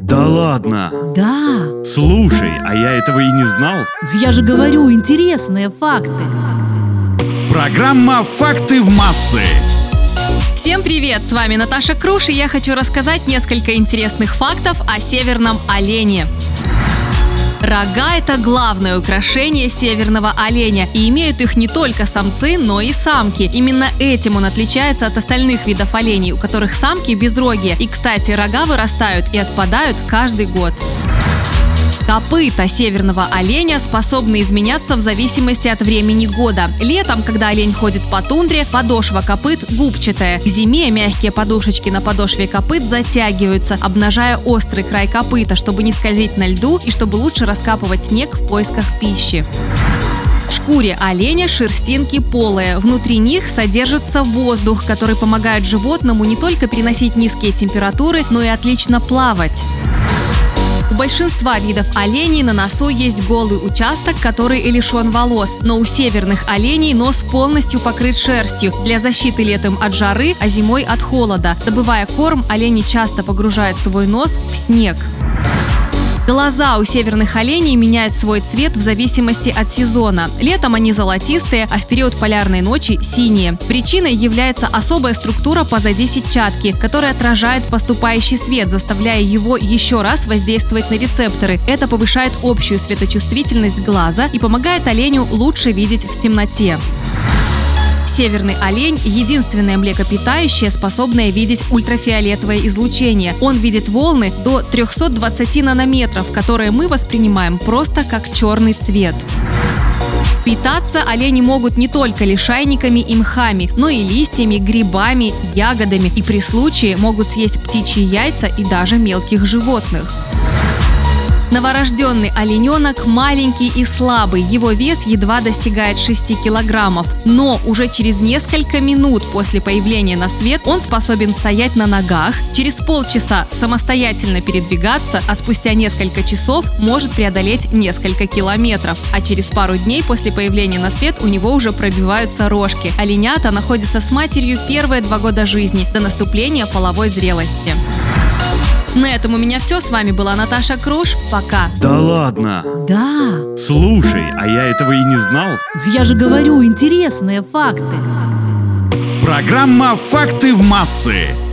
Да ладно? Да. Слушай, а я этого и не знал. Я же говорю, интересные факты. Программа «Факты в массы». Всем привет! С вами Наташа Круш, и я хочу рассказать несколько интересных фактов о северном олене. Рога – это главное украшение северного оленя, и имеют их не только самцы, но и самки. Именно этим он отличается от остальных видов оленей, у которых самки безрогие. И, кстати, рога вырастают и отпадают каждый год. Копыта северного оленя способны изменяться в зависимости от времени года. Летом, когда олень ходит по тундре, подошва копыт губчатая. К зиме мягкие подушечки на подошве копыт затягиваются, обнажая острый край копыта, чтобы не скользить на льду и чтобы лучше раскапывать снег в поисках пищи. В шкуре оленя шерстинки полые. Внутри них содержится воздух, который помогает животному не только переносить низкие температуры, но и отлично плавать. У большинства видов оленей на носу есть голый участок, который лишен волос, но у северных оленей нос полностью покрыт шерстью для защиты летом от жары, а зимой от холода. Добывая корм, олени часто погружают свой нос в снег. Глаза у северных оленей меняют свой цвет в зависимости от сезона. Летом они золотистые, а в период полярной ночи – синие. Причиной является особая структура позади сетчатки, которая отражает поступающий свет, заставляя его еще раз воздействовать на рецепторы. Это повышает общую светочувствительность глаза и помогает оленю лучше видеть в темноте. Северный олень – единственное млекопитающее, способное видеть ультрафиолетовое излучение. Он видит волны до 320 нанометров, которые мы воспринимаем просто как черный цвет. Питаться олени могут не только лишайниками и мхами, но и листьями, грибами, ягодами, и при случае могут съесть птичьи яйца и даже мелких животных. Новорожденный олененок маленький и слабый, его вес едва достигает 6 килограммов. Но уже через несколько минут после появления на свет он способен стоять на ногах, через полчаса самостоятельно передвигаться, а спустя несколько часов может преодолеть несколько километров. А через пару дней после появления на свет у него уже пробиваются рожки. Оленята находятся с матерью первые 2 года жизни, до наступления половой зрелости. На этом у меня все. С вами была Наташа Круш. Пока. Да ладно? Да. Слушай, а я этого и не знал. Я же говорю, интересные факты. Программа «Факты в массы».